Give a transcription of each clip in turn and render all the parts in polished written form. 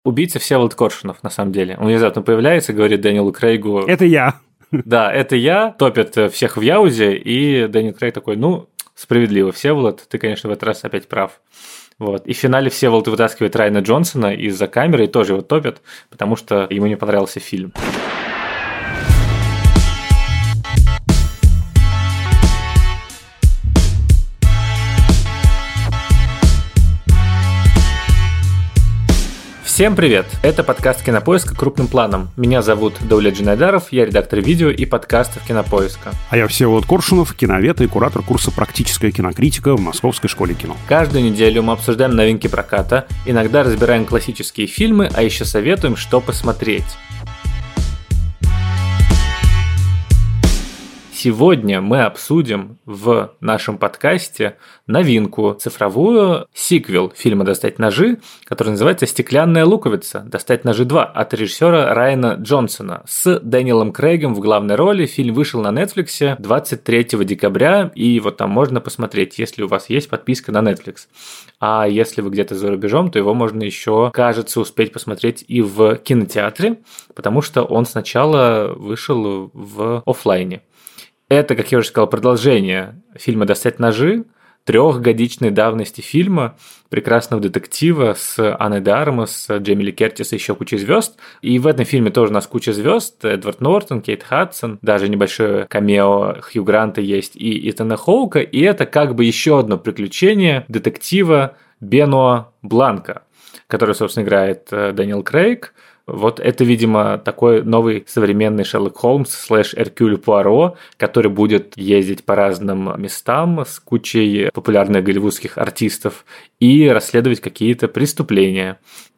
Убийца Всеволод Коршунов, на самом деле. Он внезапно появляется, говорит Дэниелу Крейгу... Это я. Да, это я. Топят всех в Яузе, и Дэниел Крейг такой, справедливо, Всеволод, ты, конечно, в этот раз опять прав. Вот. И в финале Всеволод вытаскивает Райана Джонсона из-за камеры и тоже его топят, потому что ему не понравился фильм. Всем привет! Это подкаст «Кинопоиска. Крупным планом». Меня зовут Даулет Джинайдаров, я редактор видео и подкастов «Кинопоиска». А я Всеволод Коршунов, киновед и куратор курса «Практическая кинокритика» в Московской школе кино. Каждую неделю мы обсуждаем новинки проката, иногда разбираем классические фильмы, а еще советуем, что посмотреть. Сегодня мы обсудим в нашем подкасте новинку, цифровую, сиквел фильма «Достать ножи», который называется «Стеклянная луковица. Достать ножи 2» от режиссера Райана Джонсона с Дэниелом Крейгом в главной роли. Фильм вышел на Netflix 23 декабря, и вот там можно посмотреть, если у вас есть подписка на Netflix. А если вы где-то за рубежом, то его можно еще, кажется, успеть посмотреть и в кинотеатре, потому что он сначала вышел в офлайне. Это, как я уже сказал, продолжение фильма «Достать ножи», трехгодичной давности фильма, прекрасного детектива с Анной де Армас, с Джейми Ли Кертис и еще кучей звезд. И в этом фильме тоже у нас куча звезд. Эдвард Нортон, Кейт Хадсон, даже небольшое камео Хью Гранта есть и Итана Хоука. И это как бы еще одно приключение детектива Бенуа Бланка, который, собственно, играет Дэниел Крейг. Вот это, видимо, такой новый современный Шерлок Холмс / Эркюль Пуаро, который будет ездить по разным местам с кучей популярных голливудских артистов и расследовать какие-то преступления.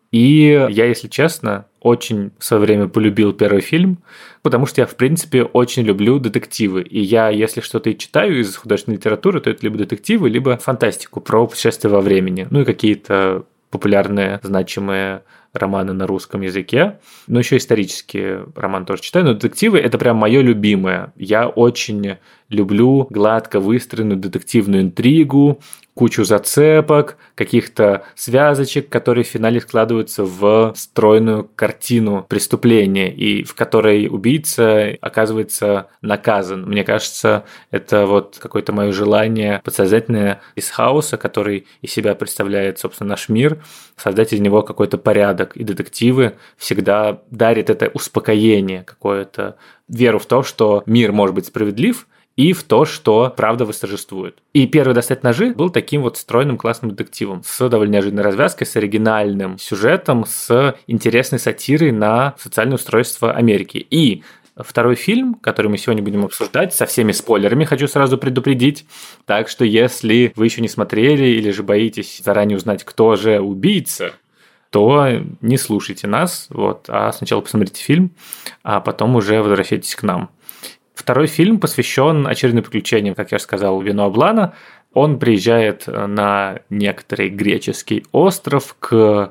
И я, если честно, очень в свое время полюбил первый фильм, потому что я, в принципе, очень люблю детективы. И я, если что-то и читаю из художественной литературы, то это либо детективы, либо фантастику про путешествия во времени. Ну и какие-то популярные, значимые романы на русском языке, но еще исторические романы тоже читаю, но детективы – это прям мое любимое. Я очень люблю гладко выстроенную детективную интригу, кучу зацепок, каких-то связочек, которые в финале складываются в стройную картину преступления, и в которой убийца оказывается наказан. Мне кажется, это вот какое-то мое желание подсознательное из хаоса, который из себя представляет, собственно, наш мир, создать из него какой-то порядок. И детективы всегда дарят это успокоение, какое-то веру в то, что мир может быть справедлив, и в то, что правда восторжествует. И первый «Достать ножи» был таким вот стройным классным детективом с довольно неожиданной развязкой, с оригинальным сюжетом, с интересной сатирой на социальное устройство Америки. И второй фильм, который мы сегодня будем обсуждать, со всеми спойлерами, хочу сразу предупредить. Так что если вы еще не смотрели или же боитесь заранее узнать, кто же убийца, то не слушайте нас, а сначала посмотрите фильм, а потом уже возвращайтесь к нам. Второй фильм посвящен очередным приключениям, как я уже сказал, Бенуа Блана. Он приезжает на некоторый греческий остров к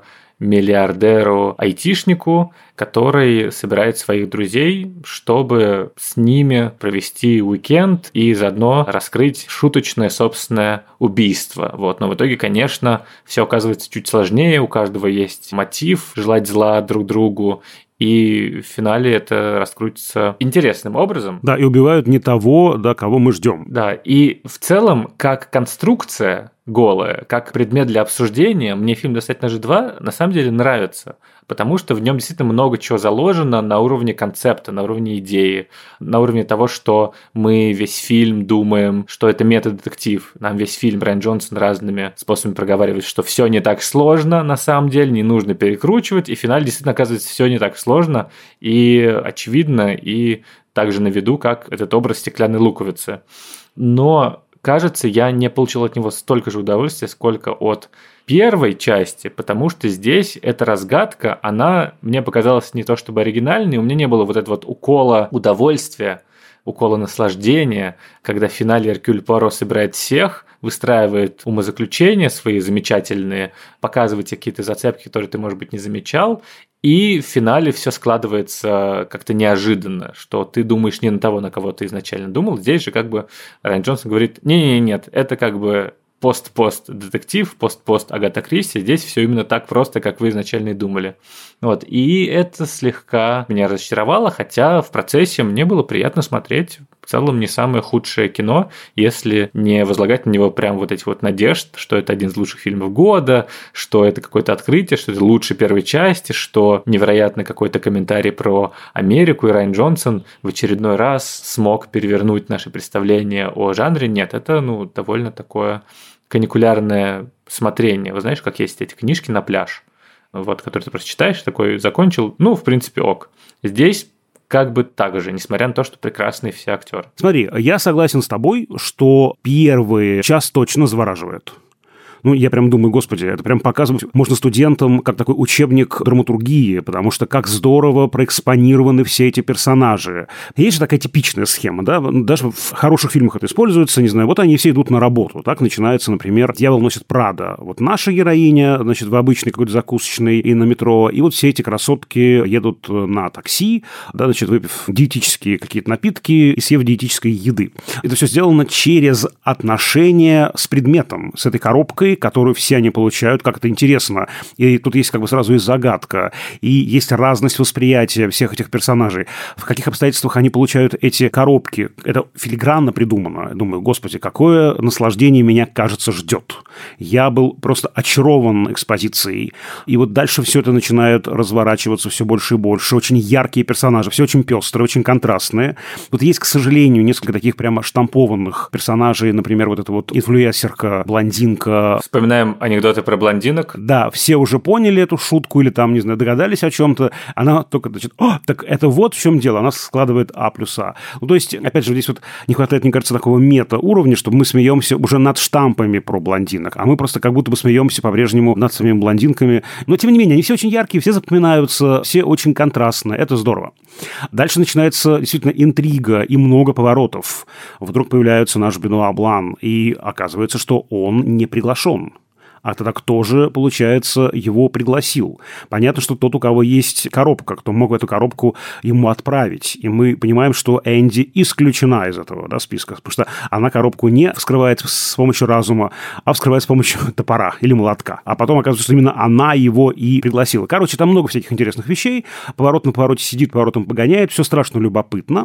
миллиардеру-айтишнику, который собирает своих друзей, чтобы с ними провести уикенд и заодно раскрыть шуточное собственное убийство. Но в итоге, конечно, все оказывается чуть сложнее, у каждого есть мотив желать зла друг другу, и в финале это раскрутится интересным образом. Да, и убивают не того, кого мы ждем. Да, и в целом, как конструкция голая, как предмет для обсуждения, мне фильм «Достать ножи 2» на самом деле нравится, потому что в нем действительно много чего заложено на уровне концепта, на уровне идеи, на уровне того, что мы весь фильм думаем, что это мета-детектив. Нам весь фильм Райан Джонсон разными способами проговаривает, что все не так сложно на самом деле, не нужно перекручивать, и в финале действительно оказывается все не так сложно и очевидно, и также на виду, как этот образ стеклянной луковицы. Но кажется, я не получил от него столько же удовольствия, сколько от первой части, потому что здесь эта разгадка, она мне показалась не то чтобы оригинальной, у меня не было вот этого укола удовольствия, укола наслаждения, когда в финале Эркюль Пуаро собирает всех, выстраивает умозаключения свои замечательные, показывает какие-то зацепки, которые ты, может быть, не замечал, и в финале все складывается как-то неожиданно, что ты думаешь не на того, на кого ты изначально думал. Здесь же как бы Райан Джонсон говорит, нет, это как бы пост-пост-детектив, пост-пост Агата Кристи. Здесь все именно так просто, как вы изначально и думали. Вот. И это слегка меня разочаровало, хотя в процессе мне было приятно смотреть. В целом не самое худшее кино, если не возлагать на него прям вот эти вот надежд, что это один из лучших фильмов года, что это какое-то открытие, что это лучше первой части, что невероятный какой-то комментарий про Америку, и Райан Джонсон в очередной раз смог перевернуть наше представление о жанре. Нет, это довольно такое каникулярное смотрение. Вы знаешь, как есть эти книжки на пляж, вот, которые ты просто читаешь, такой закончил, в принципе, ок. Здесь как бы так же, несмотря на то, что прекрасные все актеры. Смотри, я согласен с тобой, что первый час точно завораживает. Я прям думаю, господи, это прям показывать можно студентам как такой учебник драматургии, потому что как здорово проэкспонированы все эти персонажи. Есть же такая типичная схема, да, даже в хороших фильмах это используется, не знаю, вот они все идут на работу, так начинается, например, «Дьявол носит Прада». Вот наша героиня, значит, в обычной какой-то закусочной и на метро, и вот все эти красотки едут на такси, да, значит, выпив диетические какие-то напитки и съев диетической еды. Это все сделано через отношения с предметом, с этой коробкой, которую все они получают, как это интересно. И тут есть как бы сразу и загадка, и есть разность восприятия всех этих персонажей. В каких обстоятельствах они получают эти коробки. Это филигранно придумано. Я думаю, господи, какое наслаждение меня, кажется, ждет. Я был просто очарован экспозицией. И вот дальше все это начинает разворачиваться все больше и больше. Очень яркие персонажи, все очень пестрые, очень контрастные. Вот есть, к сожалению, несколько таких прямо штампованных персонажей. Например, вот эта вот инфлюенсерка, блондинка. Вспоминаем анекдоты про блондинок. Да, все уже поняли эту шутку или там, не знаю, догадались о чем-то. Она только, значит, так это вот в чем дело. Она складывает А плюс А. То есть, опять же, здесь вот не хватает, мне кажется, такого мета-уровня, чтобы мы смеемся уже над штампами про блондинок, а мы просто как будто бы смеемся по-прежнему над самими блондинками. Но, тем не менее, они все очень яркие, все запоминаются, все очень контрастные. Это здорово. Дальше начинается действительно интрига и много поворотов. Вдруг появляется наш Бенуа Блан, и оказывается, что он не приглашен. А тогда кто же, получается, его пригласил? Понятно, что тот, у кого есть коробка, кто мог эту коробку ему отправить. И мы понимаем, что Энди исключена из этого списка, потому что она коробку не вскрывает с помощью разума, а вскрывает с помощью топора или молотка. А потом оказывается, что именно она его и пригласила. Короче, там много всяких интересных вещей. Поворот на повороте сидит, поворотом погоняет. Все страшно любопытно.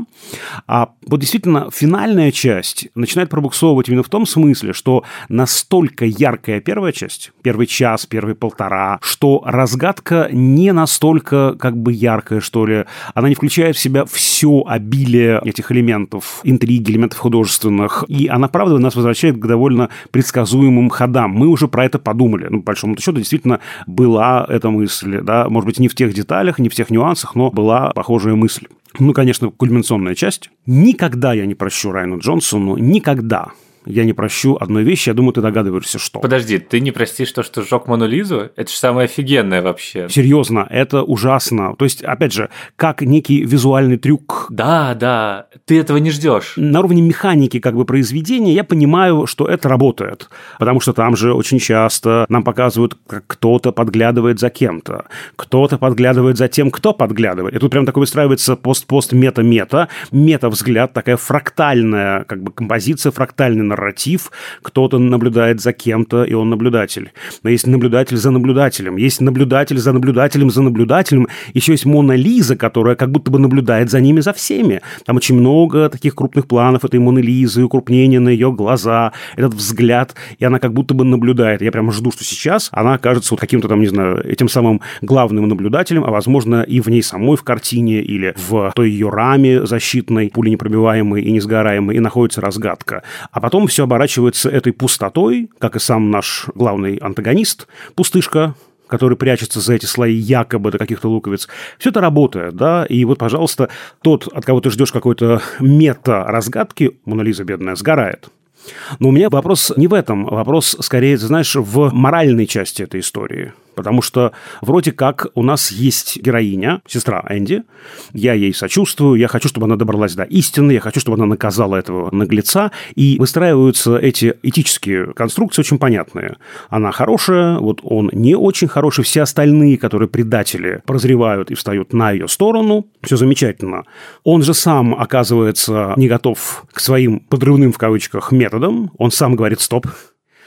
А вот действительно, финальная часть начинает пробуксовывать именно в том смысле, что настолько яркая первая часть, первый час, первый полтора, что разгадка не настолько как бы яркая, что ли. Она не включает в себя все обилие этих элементов, интриги, элементов художественных. И она, правда, нас возвращает к довольно предсказуемым ходам. Мы уже про это подумали. По большому счету, действительно была эта мысль. Да? Может быть, не в тех деталях, не в тех нюансах, но была похожая мысль. Конечно, кульминационная часть. Никогда я не прощу Райану Джонсону, никогда я не прощу одной вещи, я думаю, ты догадываешься, что. Подожди, ты не простишь то, что сжег Мону Лизу? Это же самое офигенное вообще. Серьезно, это ужасно. То есть, опять же, как некий визуальный трюк. Да, ты этого не ждешь. На уровне механики как бы произведения я понимаю, что это работает. Потому что там же очень часто нам показывают, как кто-то подглядывает за кем-то. Кто-то подглядывает за тем, кто подглядывает. И тут прям такой выстраивается пост-пост-мета-мета. Мета-взгляд, такая фрактальная как бы композиция, фрактальный нарратив, кто-то наблюдает за кем-то, и он наблюдатель. Но есть наблюдатель за наблюдателем, есть наблюдатель за наблюдателем за наблюдателем, еще есть Мона Лиза, которая как будто бы наблюдает за ними, за всеми. Там очень много таких крупных планов этой Моны Лизы, укрупнение на ее глаза, этот взгляд, и она как будто бы наблюдает. Я прямо жду, что сейчас она окажется вот каким-то там, не знаю, этим самым главным наблюдателем, а возможно и в ней самой в картине или в той ее раме защитной, пуленепробиваемой и несгораемой, и находится разгадка. А потом все оборачивается этой пустотой, как и сам наш главный антагонист, пустышка, который прячется за эти слои якобы до каких-то луковиц. Все это работает, да, и вот, пожалуйста, тот, от кого ты ждешь какой-то мета-разгадки, Мона Лиза бедная, сгорает. Но у меня вопрос не в этом, вопрос, скорее, знаешь, в моральной части этой истории. Потому что вроде как у нас есть героиня, сестра Энди, я ей сочувствую, я хочу, чтобы она добралась до истины, я хочу, чтобы она наказала этого наглеца, и выстраиваются эти этические конструкции очень понятные. Она хорошая, вот он не очень хороший, все остальные, которые предатели, прозревают и встают на ее сторону, все замечательно. Он же сам оказывается не готов к своим подрывным, в кавычках, методам, он сам говорит «стоп».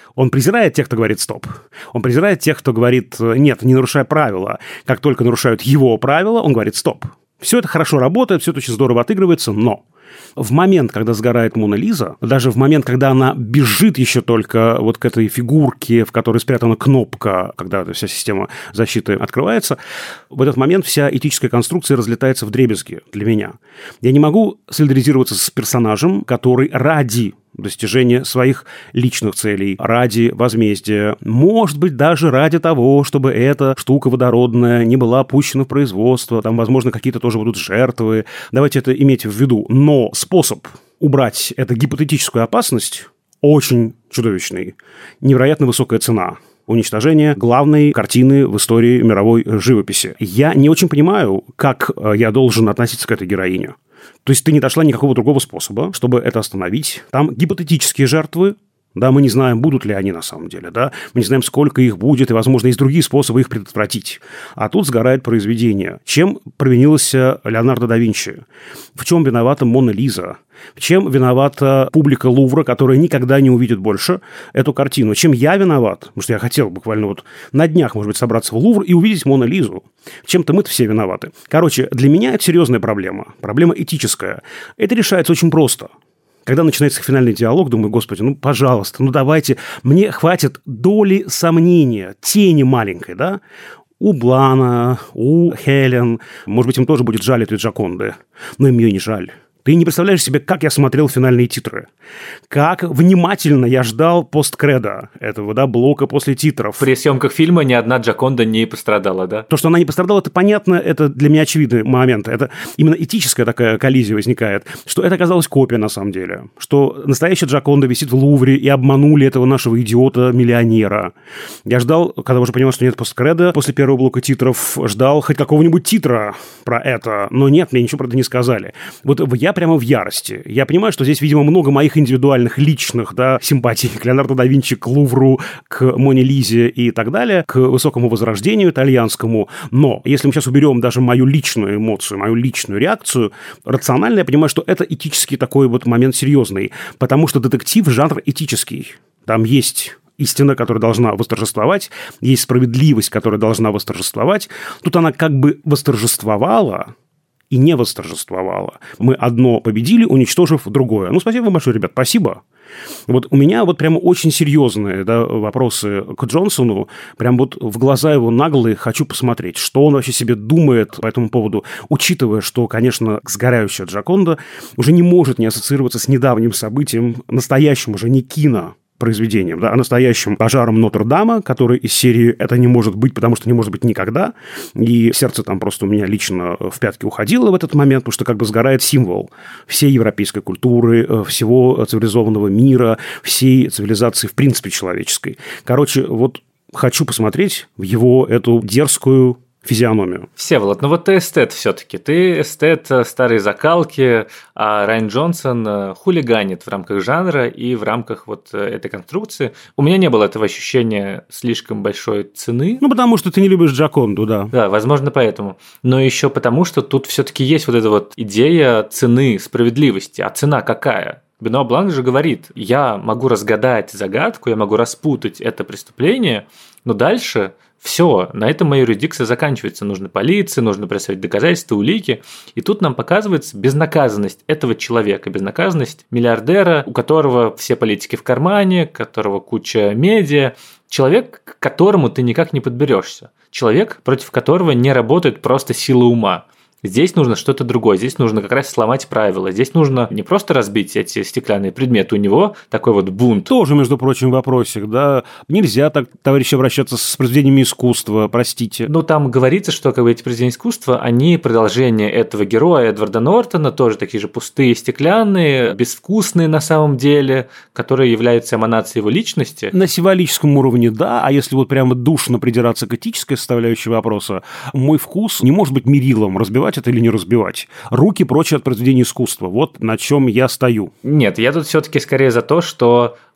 Он презирает тех, кто говорит «стоп». Он презирает тех, кто говорит «нет, не нарушай правила». Как только нарушают его правила, он говорит «стоп». Все это хорошо работает, все это очень здорово отыгрывается, но в момент, когда сгорает Мона Лиза, даже в момент, когда она бежит еще только вот к этой фигурке, в которой спрятана кнопка, когда вся система защиты открывается, в этот момент вся этическая конструкция разлетается вдребезги для меня. Я не могу солидаризироваться с персонажем, который ради достижения своих личных целей, ради возмездия, может быть, даже ради того, чтобы эта штука водородная не была пущена в производство, там, возможно, какие-то тоже будут жертвы. Давайте это иметь в виду. Но способ убрать эту гипотетическую опасность очень чудовищный. Невероятно высокая цена. Уничтожение главной картины в истории мировой живописи. Я не очень понимаю, как я должен относиться к этой героине. То есть ты не нашла никакого другого способа, чтобы это остановить. Там гипотетические жертвы, да, мы не знаем, будут ли они на самом деле, да, мы не знаем, сколько их будет, и, возможно, есть другие способы их предотвратить. А тут сгорает произведение. Чем провинился Леонардо да Винчи? В чем виновата Мона Лиза? Чем виновата публика Лувра, которая никогда не увидит больше эту картину? Чем я виноват? Потому что я хотел буквально вот на днях, может быть, собраться в Лувр и увидеть Мону Лизу. Чем-то мы-то все виноваты. Короче, для меня это серьезная проблема. Проблема этическая. Это решается очень просто. Когда начинается финальный диалог, думаю, господи, ну, пожалуйста, ну, давайте, мне хватит доли сомнения, тени маленькой, да, у Блана, у Хелен, может быть, им тоже будет жаль этой Джоконды, но им ее не жаль. Ты не представляешь себе, как я смотрел финальные титры. Как внимательно я ждал посткредо этого, да, блока после титров. При съемках фильма ни одна Джоконда не пострадала, да? То, что она не пострадала, это понятно, это для меня очевидный момент. Это именно этическая такая коллизия возникает, что это оказалась копия на самом деле. Что настоящая Джоконда висит в Лувре и обманули этого нашего идиота-миллионера. Я ждал, когда уже понял, что нет посткредо, после первого блока титров, ждал хоть какого-нибудь титра про это. Но нет, мне ничего про это не сказали. Вот я прямо в ярости. Я понимаю, что здесь, видимо, много моих индивидуальных, личных, да, симпатий к Леонардо да Винчи, к Лувру, к Моне Лизе и так далее, к высокому возрождению итальянскому. Но если мы сейчас уберем даже мою личную эмоцию, мою личную реакцию, рационально я понимаю, что это этический такой вот момент серьезный. Потому что детектив – жанр этический. Там есть истина, которая должна восторжествовать, есть справедливость, которая должна восторжествовать. Тут она как бы восторжествовала и не восторжествовала. Мы одно победили, уничтожив другое. Ну, спасибо вам большое, ребят, спасибо. Вот у меня вот прямо очень серьезные, да, вопросы к Джонсону. Прям вот в глаза его наглые хочу посмотреть, что он вообще себе думает по этому поводу, учитывая, что, конечно, сгорающая Джоконда уже не может не ассоциироваться с недавним событием, настоящим уже не кино произведением, да, а настоящим пожаром Нотр-Дама, который из серии «это не может быть, потому что не может быть никогда». И сердце там просто у меня лично в пятки уходило в этот момент, потому что как бы сгорает символ всей европейской культуры, всего цивилизованного мира, всей цивилизации в принципе человеческой. Короче, вот хочу посмотреть в его эту дерзкую физиономию. Всеволод, ну вот ты эстет все-таки. Ты эстет старой закалки, а Райан Джонсон хулиганит в рамках жанра и в рамках вот этой конструкции. У меня не было этого ощущения слишком большой цены. Ну, потому что ты не любишь Джоконду, да. Да, возможно, поэтому. Но еще потому, что тут все-таки есть вот эта вот идея цены справедливости. А цена какая? Бенуа Бланк же говорит, я могу разгадать загадку, я могу распутать это преступление, но дальше все, на этом моя юрисдикция заканчивается. Нужно полиции, нужно представить доказательства, улики. И тут нам показывается безнаказанность этого человека, безнаказанность миллиардера, у которого все политики в кармане, у которого куча медиа. Человек, к которому ты никак не подберешься. Человек, против которого не работает просто сила ума. Здесь нужно что-то другое, здесь нужно как раз сломать правила, здесь нужно не просто разбить эти стеклянные предметы, у него такой вот бунт. Тоже, между прочим, вопросик, да, нельзя так, товарищи, обращаться с произведениями искусства, простите. Ну, там говорится, что как бы эти произведения искусства, они продолжение этого героя Эдварда Нортона, тоже такие же пустые, стеклянные, безвкусные на самом деле, которые являются эманацией его личности. На символическом уровне, да, а если вот прямо душно придираться к этической составляющей вопроса, мой вкус не может быть мерилом, разбивать это или не разбивать. Руки прочь от произведения искусства. Вот на чем я стою. Нет, я тут все-таки скорее за то, что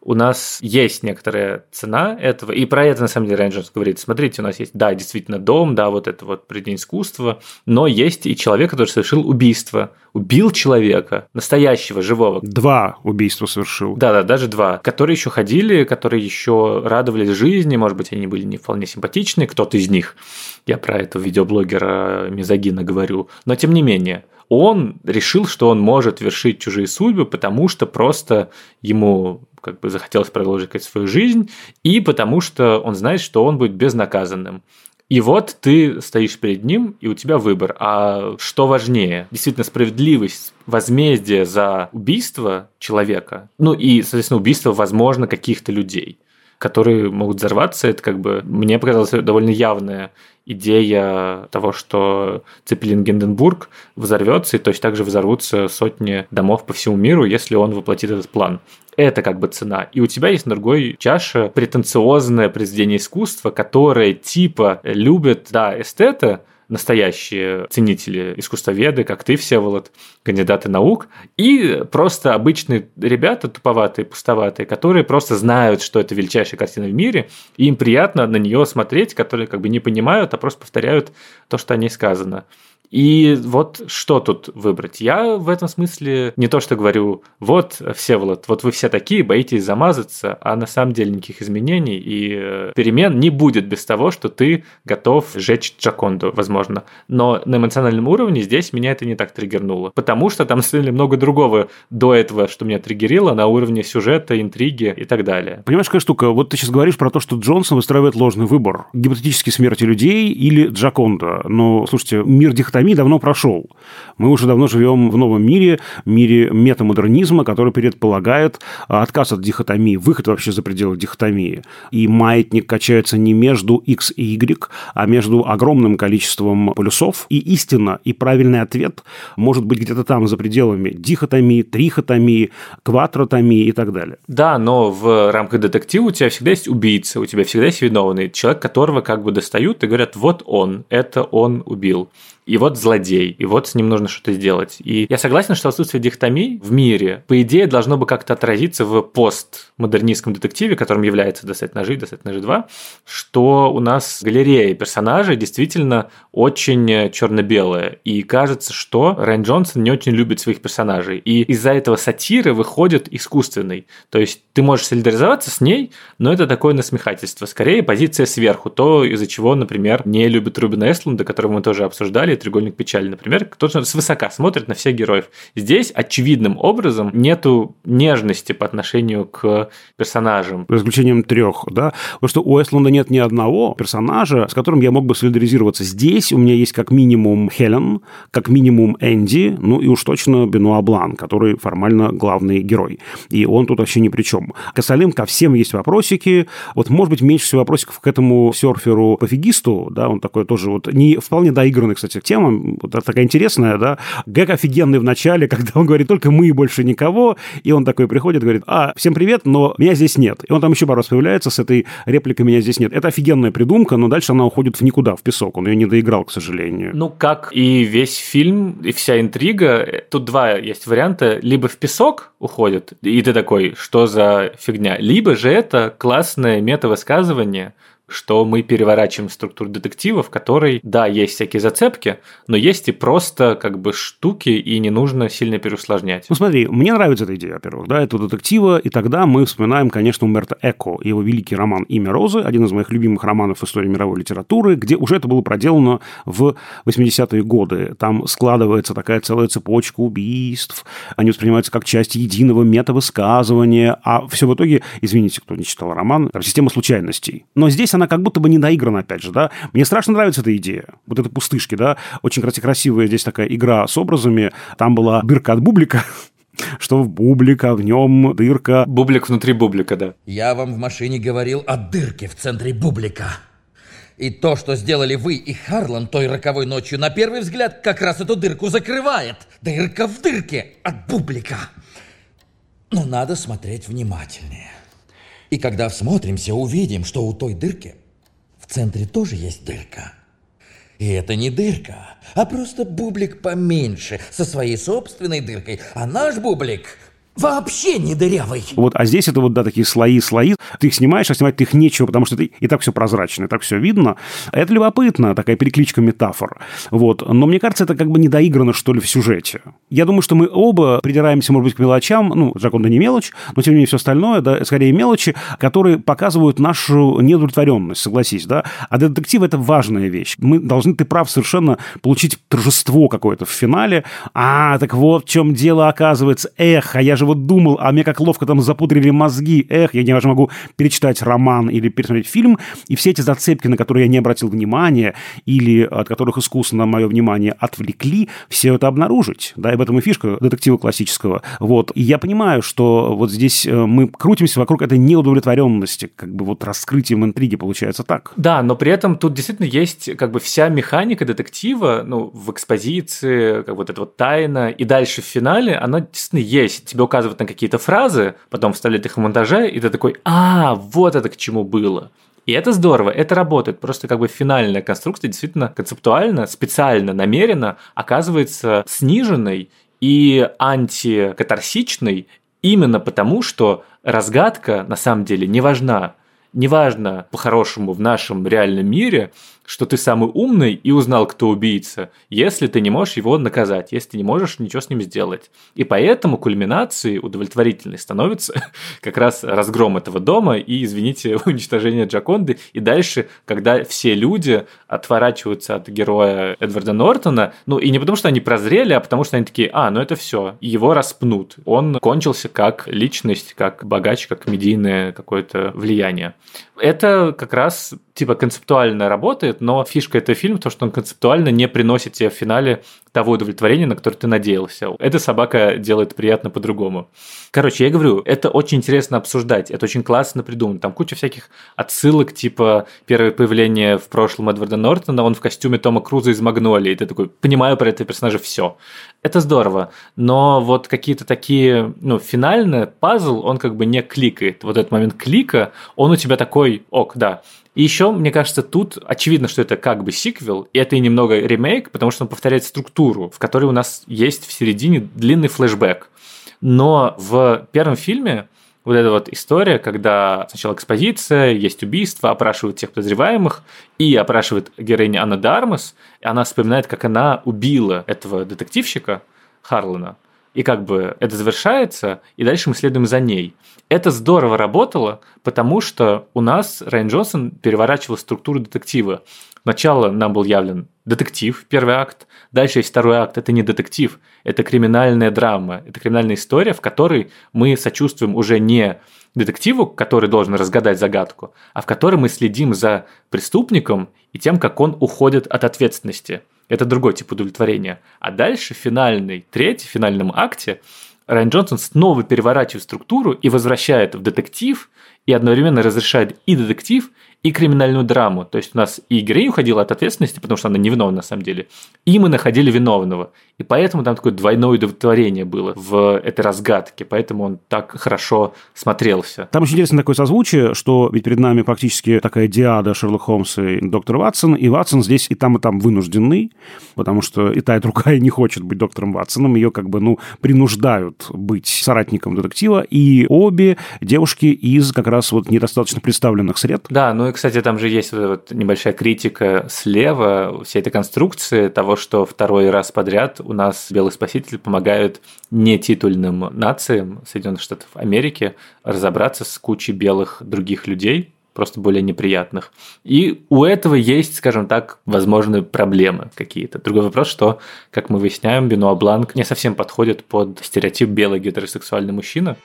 у нас есть некоторая цена этого, и про это, на самом деле, Райан Джонсон говорит, смотрите, у нас есть, да, действительно дом, да, вот это вот произведение искусства, но есть и человек, который совершил убийство, убил человека, настоящего, живого. 2 убийства совершил. Да, даже 2, которые еще ходили, которые еще радовались жизни, может быть, они были не вполне симпатичны, кто-то из них, я про этого видеоблогера мизогина говорю, но тем не менее, он решил, что он может вершить чужие судьбы, потому что просто ему как бы захотелось продолжить свою жизнь, и потому что он знает, что он будет безнаказанным. И вот ты стоишь перед ним, и у тебя выбор. А что важнее? Действительно, справедливость, возмездие за убийство человека, ну и, соответственно, убийство, возможно, каких-то людей, которые могут взорваться. Это как бы, мне показалось, довольно явная идея того, что Цепелин Гинденбург взорвется, и точно так же взорвутся сотни домов по всему миру, если он воплотит этот план. Это как бы цена. И у тебя есть на другой чаше претенциозное произведение искусства, которое типа любит, да, эстеты, настоящие ценители, искусствоведы, как ты, Всеволод, кандидаты наук, и просто обычные ребята туповатые, пустоватые, которые просто знают, что это величайшая картина в мире, и им приятно на нее смотреть, которые как бы не понимают, а просто повторяют то, что о ней сказано. И вот что тут выбрать? Я в этом смысле не то что говорю, вот, Всеволод, вот вы все такие, боитесь замазаться, а на самом деле никаких изменений и перемен не будет без того, что ты готов сжечь Джоконду, возможно. Но на эмоциональном уровне здесь меня это не так триггернуло, потому что там стояли много другого до этого, что меня триггерило на уровне сюжета, интриги и так далее. Понимаешь, какая штука? Вот ты сейчас говоришь про то, что Джонсон выстраивает ложный выбор. Гипотетически смерти людей или Джоконда. Но, слушайте, мир дихотомии давно прошел. Мы уже давно живем в новом мире метамодернизма, который предполагает отказ от дихотомии, выход вообще за пределы дихотомии. И маятник качается не между X и Y, а между огромным количеством полюсов. И истина, и правильный ответ может быть где-то там за пределами дихотомии, трихотомии, квадротомии и так далее. Да, но в рамках детектива у тебя всегда есть убийца, у тебя всегда есть виновный, человек, которого как бы достают и говорят, вот он, это он убил. И вот злодей, и вот с ним нужно что-то сделать. И я согласен, что отсутствие дихотомии в мире, по идее, должно бы как-то отразиться в постмодернистском детективе, которым является «Достать ножи», «Достать ножи 2», что у нас галерея персонажей действительно очень черно-белая. И кажется, что Райан Джонсон не очень любит своих персонажей. И из-за этого сатиры выходит искусственной. То есть ты можешь солидаризоваться с ней, но это такое насмехательство. Скорее, позиция сверху. То, из-за чего, например, не любит Рубена Эстлунда, которого мы тоже обсуждали, «Треугольник печали», например, кто-то свысока смотрит на всех героев. Здесь очевидным образом нету нежности по отношению к персонажам. За исключением 3, да? Потому что у Эстлунда нет ни одного персонажа, с которым я мог бы солидаризироваться. Здесь у меня есть как минимум Хелен, как минимум Энди, ну и уж точно Бенуа Блан, который формально главный герой. И он тут вообще ни при чем. К остальным, ко всем есть вопросики. Вот, может быть, меньше всего вопросиков к этому серферу-пофигисту, да, он такой тоже вот не вполне доигранный, кстати, тема, вот такая интересная, да, гэг офигенный в начале, когда он говорит, только мы и больше никого, и он такой приходит, говорит, всем привет, но меня здесь нет. И он там еще пару раз появляется с этой репликой «меня здесь нет». Это офигенная придумка, но дальше она уходит в никуда, в песок, он ее не доиграл, к сожалению. Ну, как и весь фильм, и вся интрига, тут 2 есть варианта, либо в песок уходит, и ты такой, что за фигня, либо же это классное метавысказывание, что мы переворачиваем структуру детектива, в которой, да, есть всякие зацепки, но есть и просто как бы штуки, и не нужно сильно переусложнять. Ну смотри, мне нравится эта идея, во-первых, да, этого детектива, и тогда мы вспоминаем, конечно, Умберто Эко, его великий роман «Имя Розы», один из моих любимых романов в истории мировой литературы, где уже это было проделано в 80-е годы. Там складывается такая целая цепочка убийств, они воспринимаются как часть единого метавысказывания, а все в итоге, извините, кто не читал роман, система случайностей. Но здесь она как будто бы не доиграна, опять же, да. Мне страшно нравится эта идея. Вот это пустышки, да. Очень красивая здесь такая игра с образами. Там была дырка от бублика, что в бублика, в нем дырка. Бублик внутри бублика, да. Я вам в машине говорил о дырке в центре бублика. И то, что сделали вы и Харлан той роковой ночью, на первый взгляд как раз эту дырку закрывает. Дырка в дырке от бублика. Но надо смотреть внимательнее. И когда всмотримся, увидим, что у той дырки в центре тоже есть дырка. И это не дырка, а просто бублик поменьше, со своей собственной дыркой. А наш бублик вообще не дырявый. Вот, а здесь это вот, да, такие слои. Ты их снимаешь, а снимать их нечего, потому что и так все прозрачно, и так все видно. Это любопытно, такая перекличка метафор. Вот. Но мне кажется, это как бы недоиграно, что ли, в сюжете. Я думаю, что мы оба придираемся, может быть, к мелочам. Ну, Джаконда не мелочь, но, тем не менее, все остальное, да, скорее мелочи, которые показывают нашу неудовлетворенность, согласись, да. А детектив – это важная вещь. Мы должны, ты прав, совершенно получить торжество какое-то в финале. Так вот в чем дело, оказывается. А я же вот думал, а мне как ловко там запудрили мозги. Я даже могу перечитать роман или пересмотреть фильм, и все эти зацепки, на которые я не обратил внимания, или от которых искусственно мое внимание отвлекли, все это обнаружить. Да, и в этом и фишка детектива классического. Вот. И я понимаю, что вот здесь мы крутимся вокруг этой неудовлетворенности, как бы вот раскрытием интриги получается так. Да, но при этом тут действительно есть как бы вся механика детектива, ну, в экспозиции, как вот эта вот тайна, и дальше в финале она действительно есть. Тебе указывают на какие-то фразы, потом вставляют их в монтаже, и ты такой, вот это к чему было. И это здорово, это работает. Просто как бы финальная конструкция действительно концептуально, специально, намеренно оказывается сниженной и антикатарсичной именно потому, что разгадка на самом деле не важна. Неважно, по-хорошему, в нашем реальном мире, что ты самый умный и узнал, кто убийца, если ты не можешь его наказать, если ты не можешь ничего с ним сделать. И поэтому кульминацией удовлетворительной становится как раз разгром этого дома и, извините, уничтожение Джаконды. И дальше, когда все люди отворачиваются от героя Эдварда Нортона, ну и не потому, что они прозрели, а потому, что они такие, ну это все, его распнут. Он кончился как личность, как богач, как медийное какое-то влияние. Это как раз типа концептуально работает, но фишка этого фильма то, что он концептуально не приносит тебе в финале того удовлетворения, на которое ты надеялся. Эта собака делает приятно по-другому. Короче, я говорю, это очень интересно обсуждать, это очень классно придумано. Там куча всяких отсылок, типа первое появление в прошлом Эдварда Нортона, он в костюме Тома Круза из «Магнолии», и ты такой, понимаю про этого персонажа все. Это здорово, но вот какие-то такие, финальный пазл, он как бы не кликает. Вот этот момент клика, он у тебя такой, да. И еще, мне кажется, тут очевидно, что это как бы сиквел, и это и немного ремейк, потому что он повторяет структуру, в которой у нас есть в середине длинный флешбэк. Но в первом фильме вот эта вот история, когда сначала экспозиция, есть убийство, опрашивают всех подозреваемых, и опрашивает героиня Анна де Армас, и она вспоминает, как она убила этого детективщика Харлана. И как бы это завершается, и дальше мы следуем за ней. Это здорово работало, потому что у нас Райан Джонсон переворачивал структуру детектива. Сначала нам был явлен детектив, первый акт, дальше есть второй акт, это не детектив, это криминальная драма, это криминальная история, в которой мы сочувствуем уже не детективу, который должен разгадать загадку, а в которой мы следим за преступником и тем, как он уходит от ответственности. Это другой тип удовлетворения. А дальше в финальном акте Райан Джонсон снова переворачивает структуру и возвращает в детектив, и одновременно разрешает и детектив, и криминальную драму. То есть у нас и героиня уходила от ответственности, потому что она невиновна на самом деле, и мы находили виновного. И поэтому там такое двойное удовлетворение было в этой разгадке, поэтому он так хорошо смотрелся. Там очень интересно такое созвучие, что ведь перед нами практически такая диада Шерлок Холмс и доктор Ватсон, и Ватсон здесь и там вынуждены, потому что и та, и другая не хочет быть доктором Ватсоном, ее как бы, принуждают быть соратником детектива, и обе девушки из как раз вот недостаточно представленных сред. Да, и, кстати, там же есть вот небольшая критика слева всей этой конструкции того, что второй раз подряд у нас белый спаситель помогает нетитульным нациям Соединенных Штатов Америки разобраться с кучей белых других людей, просто более неприятных. И у этого есть, скажем так, возможные проблемы какие-то. Другой вопрос, что, как мы выясняем, Бенуа Бланк не совсем подходит под стереотип белый гетеросексуальный мужчина.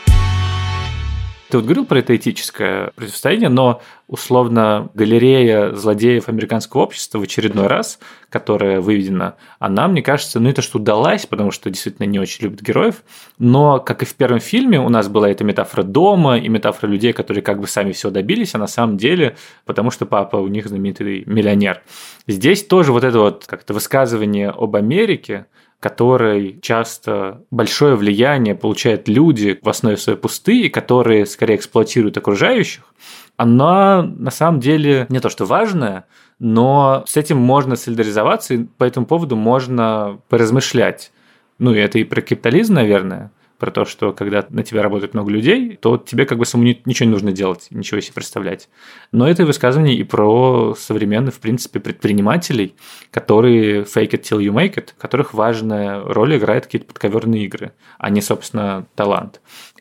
Ты вот говорил про это этическое противостояние, но условно галерея злодеев американского общества в очередной раз, которая выведена, она, мне кажется, это что удалась, потому что действительно не очень любят героев, но, как и в первом фильме, у нас была эта метафора дома и метафора людей, которые как бы сами всего добились, а на самом деле, потому что папа у них знаменитый миллионер. Здесь тоже вот это вот как-то высказывание об Америке, которой часто большое влияние получают люди в основе своей пустые, которые скорее эксплуатируют окружающих, она на самом деле не то что важная, но с этим можно солидаризоваться, и по этому поводу можно поразмышлять. И это и про капитализм, наверное, про то, что когда на тебя работает много людей, то тебе как бы самому ничего не нужно делать, ничего себе представлять. Но это высказывание и про современных, в принципе, предпринимателей, которые fake it till you make it, в которых важная роль играет какие-то подковерные игры, а не, собственно, талант.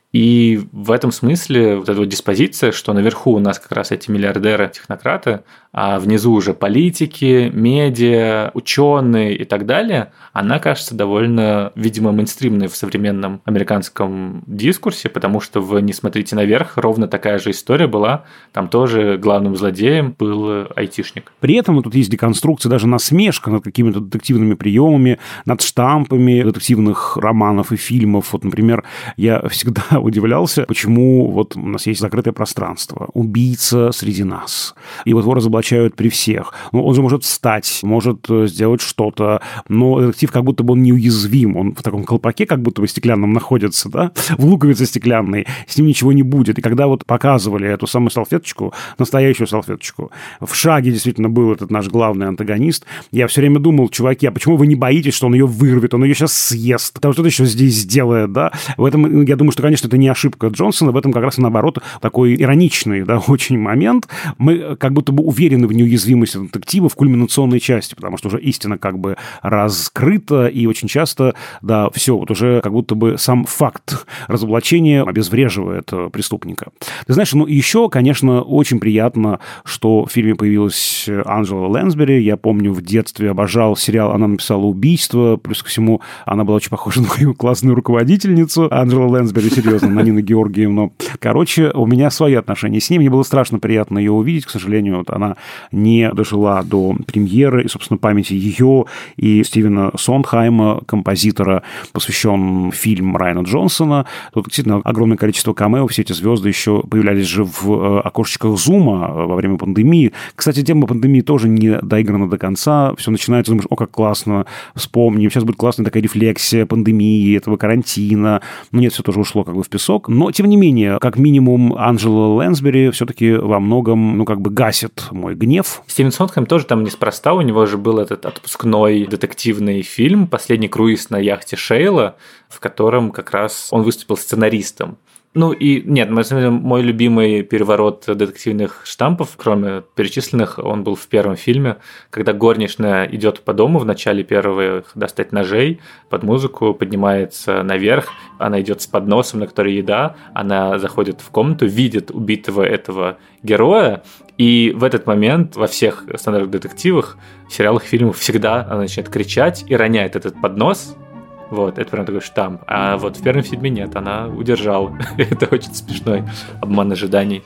И в этом смысле вот эта вот диспозиция, что наверху у нас как раз эти миллиардеры, технократы, а внизу уже политики, медиа, ученые и так далее, она кажется довольно, видимо, мейнстримной в современном американском дискурсе, потому что в «Не смотрите наверх» ровно такая же история была. Там тоже главным злодеем был айтишник. При этом тут есть деконструкция, даже насмешка над какими-то детективными приемами, над штампами детективных романов и фильмов. Вот, например, я всегда удивлялся, почему вот у нас есть закрытое пространство, убийца среди нас, и вот его разоблачают при всех. Ну, он же может встать, может сделать что-то, но детектив как будто бы он неуязвим, он в таком колпаке как будто бы стеклянном находится, да, в луковице стеклянной, с ним ничего не будет. И когда вот показывали эту самую салфеточку, настоящую салфеточку, в шаге действительно был этот наш главный антагонист, я все время думал, чуваки, а почему вы не боитесь, что он ее вырвет, он ее сейчас съест, там что-то еще здесь сделает, да? В этом, я думаю, что, конечно, это не ошибка Джонсона, в этом как раз наоборот такой ироничный, да, очень момент. Мы как будто бы уверены в неуязвимости детектива в кульминационной части, потому что уже истина как бы раскрыта, и очень часто, да, все, вот уже как будто бы сам факт разоблачения обезвреживает преступника. Ты знаешь, ну, еще, конечно, очень приятно, что в фильме появилась Анджела Лэнсбери. Я помню, в детстве обожал сериал «Она написала убийство», плюс ко всему, она была очень похожа на мою классную руководительницу Анджела Лэнсбери, серьезно, на Нину Георгиевну. Короче, у меня свои отношения с ней. Мне было страшно приятно ее увидеть. К сожалению, вот она не дожила до премьеры. И, собственно, памяти ее и Стивена Сондхайма, композитора, посвящен фильм Райана Джонсона. Тут действительно огромное количество камео. Все эти звезды еще появлялись же в окошечках Зума во время пандемии. Кстати, тема пандемии тоже не доиграна до конца. Все начинается, думаешь, о, как классно, вспомним. Сейчас будет классная такая рефлексия пандемии, этого карантина. Но нет, все тоже ушло как бы в песок. Но, тем не менее, как минимум, Анджела Лэнсбери все-таки во многом, ну, как бы гасит мой гнев. Стивен Сондхайм тоже там неспроста. У него же был этот отпускной детективный фильм «Последний круиз на яхте Шейла», в котором как раз он выступил сценаристом. Ну и нет, на самом деле, мой любимый переворот детективных штампов, кроме перечисленных, он был в первом фильме, когда горничная идет по дому в начале первого достать ножей под музыку, поднимается наверх, она идет с подносом, на которой еда, она заходит в комнату, видит убитого этого героя, и в этот момент во всех стандартных детективах, сериалах, фильмах всегда она начинает кричать и роняет этот поднос. Вот, это прям такой штамп. А вот в первом фильме нет, она удержала. Это очень смешной обман ожиданий.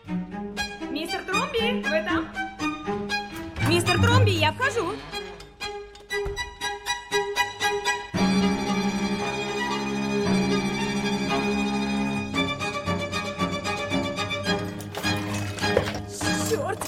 Мистер Тромби, вы там? Мистер Тромби, я вхожу. Черт!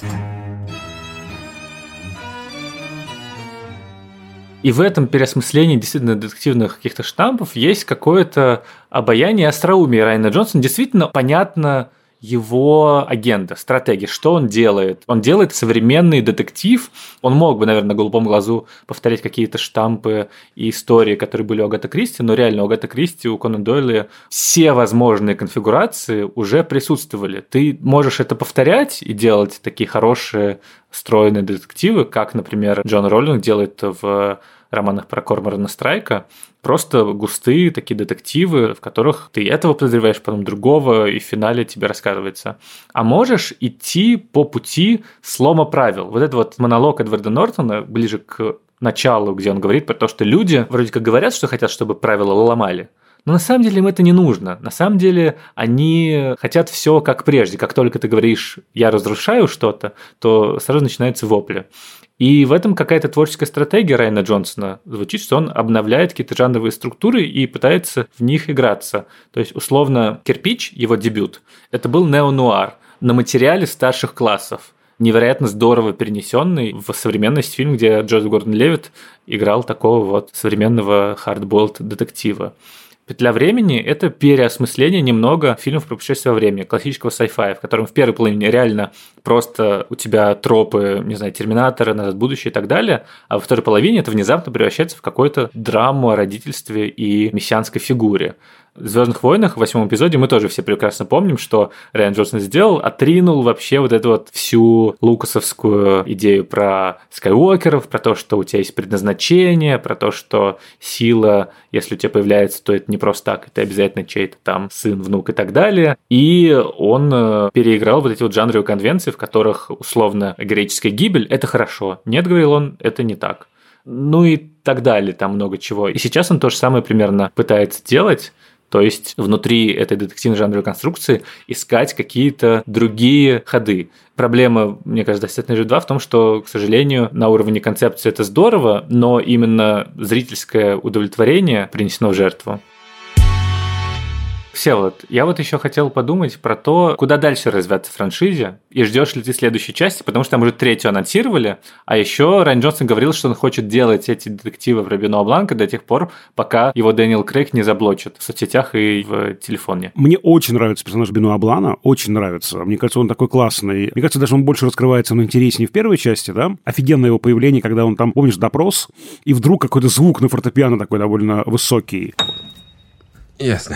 И в этом переосмыслении действительно детективных каких-то штампов есть какое-то обаяние и остроумие Райана Джонсона. Действительно понятно его агенда, стратегия, что он делает. Он делает современный детектив. Он мог бы, наверное, на голубом глазу повторять какие-то штампы и истории, которые были у Агаты Кристи, но реально у Агаты Кристи, у Конан Дойля все возможные конфигурации уже присутствовали. Ты можешь это повторять и делать такие хорошие стройные детективы, как, например, Джон Роллинг делает в романах про Корморана Страйка, просто густые такие детективы, в которых ты этого подозреваешь, потом другого, и в финале тебе рассказывается. А можешь идти по пути слома правил. Вот это вот монолог Эдварда Нортона ближе к началу, где он говорит про то, что люди вроде как говорят, что хотят, чтобы правила ломали, но на самом деле им это не нужно. На самом деле они хотят все как прежде. Как только ты говоришь «я разрушаю что-то», то сразу начинаются вопли. И в этом какая-то творческая стратегия Райана Джонсона звучит, что он обновляет какие-то жанровые структуры и пытается в них играться. То есть, условно, «Кирпич», его дебют, это был неонуар на материале старших классов. Невероятно здорово перенесенный в современность фильм, где Джозеф Гордон-Левитт играл такого вот современного hard-boiled детектива. «Петля времени» — это переосмысление немного фильмов про путешествие во времени, классического sci-fi, в котором в первой половине реально просто у тебя тропы, не знаю, Терминатора, Назад в будущее и так далее, а во второй половине это внезапно превращается в какую-то драму о родительстве и мессианской фигуре. В «Звездных войнах» в 8 эпизоде мы тоже все прекрасно помним, что Райан Джонсон сделал, отринул вообще вот эту вот всю лукасовскую идею про скайуокеров, про то, что у тебя есть предназначение, про то, что сила, если у тебя появляется, то это не просто так, это обязательно чей-то там сын, внук и так далее. И он переиграл вот эти вот жанровые конвенции, в которых условно героическая гибель – это хорошо. Нет, говорил он, это не так. Ну и так далее, там много чего. И сейчас он то же самое примерно пытается делать. То есть внутри этой детективной жанровой конструкции искать какие-то другие ходы. Проблема, мне кажется, «Достать ножи 2» в том, что, к сожалению, на уровне концепции это здорово, но именно зрительское удовлетворение принесено в жертву. Всеволод, я вот еще хотел подумать про то, куда дальше развиваться в франшизе, и ждешь ли ты следующей части, потому что там уже 3-ю анонсировали, а еще Райан Джонсон говорил, что он хочет делать эти детективы про Бенуа Бланка до тех пор, пока его Дэниел Крейг не заблочит в соцсетях и в телефоне. Мне очень нравится персонаж Бенуа Блана, очень нравится. Мне кажется, он такой классный. Мне кажется, даже он больше раскрывается, он интереснее в первой части, да? Офигенное его появление, когда он там, помнишь, допрос, и вдруг какой-то звук на фортепиано такой довольно высокий. Ясно.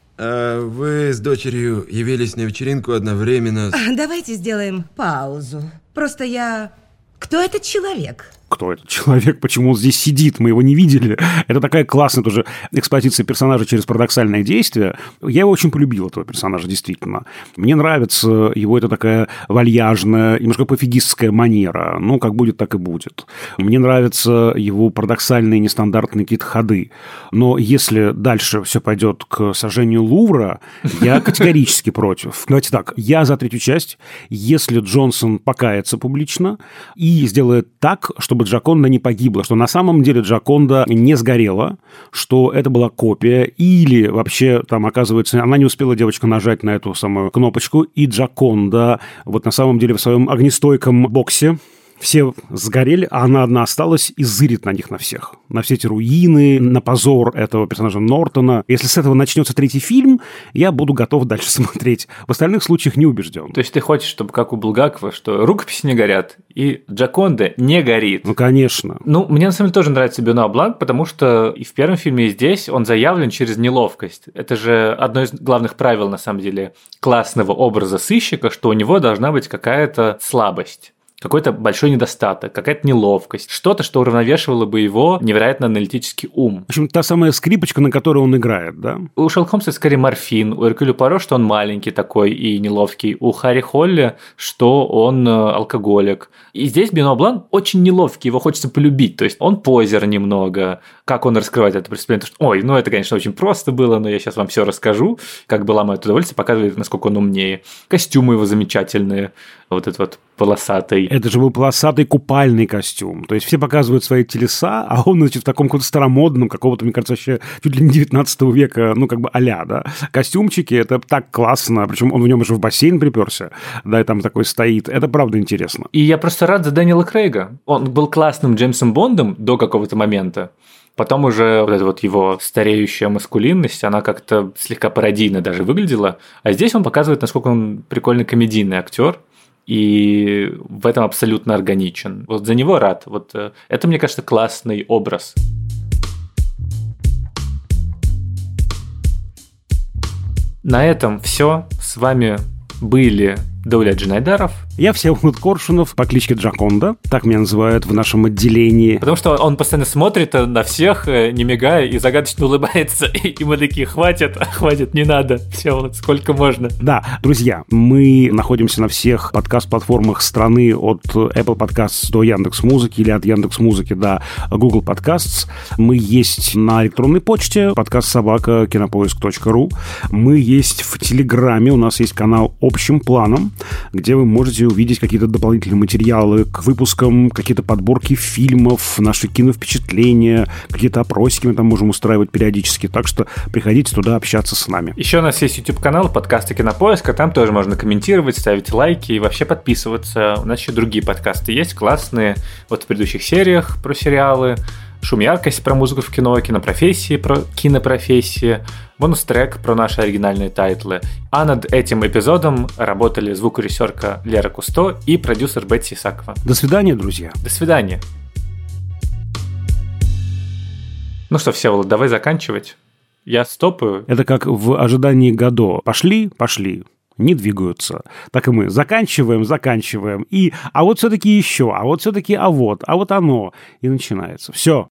А вы с дочерью явились на вечеринку одновременно с... Давайте сделаем паузу. Просто я... Кто этот человек? Кто этот человек, почему он здесь сидит, мы его не видели. Это такая классная тоже эксплуатация персонажа через парадоксальное действие. Я его очень полюбил, этого персонажа, действительно. Мне нравится его это такая вальяжная, немножко пофигистская манера. Ну, как будет, так и будет. Мне нравятся его парадоксальные, нестандартные какие-то ходы. Но если дальше все пойдет к сожжению Лувра, я категорически против. Давайте так, я за 3-ю часть, если Джонсон покается публично и сделает так, чтобы Джоконда не погибла, что на самом деле Джоконда не сгорела, что это была копия, или вообще там, оказывается, она не успела, девочка, нажать на эту самую кнопочку, и Джоконда вот на самом деле в своем огнестойком боксе все сгорели, а она одна осталась и зырит на них на всех. На все эти руины, на позор этого персонажа Нортона. Если с этого начнется 3-й фильм, я буду готов дальше смотреть. В остальных случаях не убежден. То есть ты хочешь, чтобы как у Булгакова, что рукописи не горят, и Джоконда не горит. Ну, конечно. Ну, мне на самом деле тоже нравится Бенуа Бланк, потому что и в первом фильме, и здесь он заявлен через неловкость. Это же одно из главных правил, на самом деле, классного образа сыщика, что у него должна быть какая-то слабость. Какой-то большой недостаток, какая-то неловкость, что-то, что уравновешивало бы его невероятно аналитический ум. В общем, та самая скрипочка, на которой он играет, да? У Шерлока Холмса скорее морфин, у Эркюля Пуаро, что он маленький такой и неловкий, у Харри Холли, что он алкоголик. И здесь Бенуа Блан очень неловкий, его хочется полюбить, то есть он позер немного. Как он раскрывает это преступление? Что, ой, ну это, конечно, очень просто было, но я сейчас вам все расскажу, как бы ломает удовольствие, показывает, насколько он умнее. Костюмы его замечательные, вот этот вот полосатый. Это же был полосатый купальный костюм. То есть все показывают свои телеса, а он, значит, в таком каком-то старомодном, какого-то, мне кажется, вообще чуть ли не 19 века, ну, как бы а-ля, да. Костюмчики, это так классно. Причем он в нем уже в бассейн приперся, да, и там такой стоит. Это правда интересно. И я просто рад за Дэниела Крейга. Он был классным Джеймсом Бондом до какого-то момента. Потом уже вот эта вот его стареющая маскулинность, она как-то слегка пародийно даже выглядела. А здесь он показывает, насколько он прикольный комедийный актер. И в этом абсолютно органичен. Вот за него рад. Вот это, мне кажется, классный образ. На этом все. С вами были Даулет Джинайдаров. Я Всеволод Коршунов по кличке Джоконда, так меня называют в нашем отделении. Потому что он постоянно смотрит на всех, не мигая, и загадочно улыбается, и мы такие, хватит, не надо, Всеволод, сколько можно. Да, друзья, мы находимся на всех подкаст-платформах страны, от Apple Podcasts до Яндекс.Музыки, или от Яндекс.Музыки до Google Podcasts. Мы есть на электронной почте podcast@kinopoisk.ru. Мы есть в Телеграме, у нас есть канал «Общим планом», где вы можете увидеть какие-то дополнительные материалы к выпускам, какие-то подборки фильмов, наши киновпечатления, какие-то опросики мы там можем устраивать периодически. Так что приходите туда общаться с нами. Еще у нас есть YouTube-канал подкасты Кинопоиска, там тоже можно комментировать, ставить лайки и вообще подписываться. У нас еще другие подкасты есть классные. Вот в предыдущих сериях про сериалы шум яркость про музыку в кино, кинопрофессии про кинопрофессии, бонус-трек про наши оригинальные тайтлы. А над этим эпизодом работали звукорежиссерка Лера Кусто и продюсер Бетси Исакова. До свидания, друзья. До свидания. Ну что, Всеволод, давай заканчивать. Я стопаю. Это как в ожидании Годо. Пошли, не двигаются. Так и мы заканчиваем, и а вот все-таки еще, а вот все-таки, а вот оно. И начинается. Все.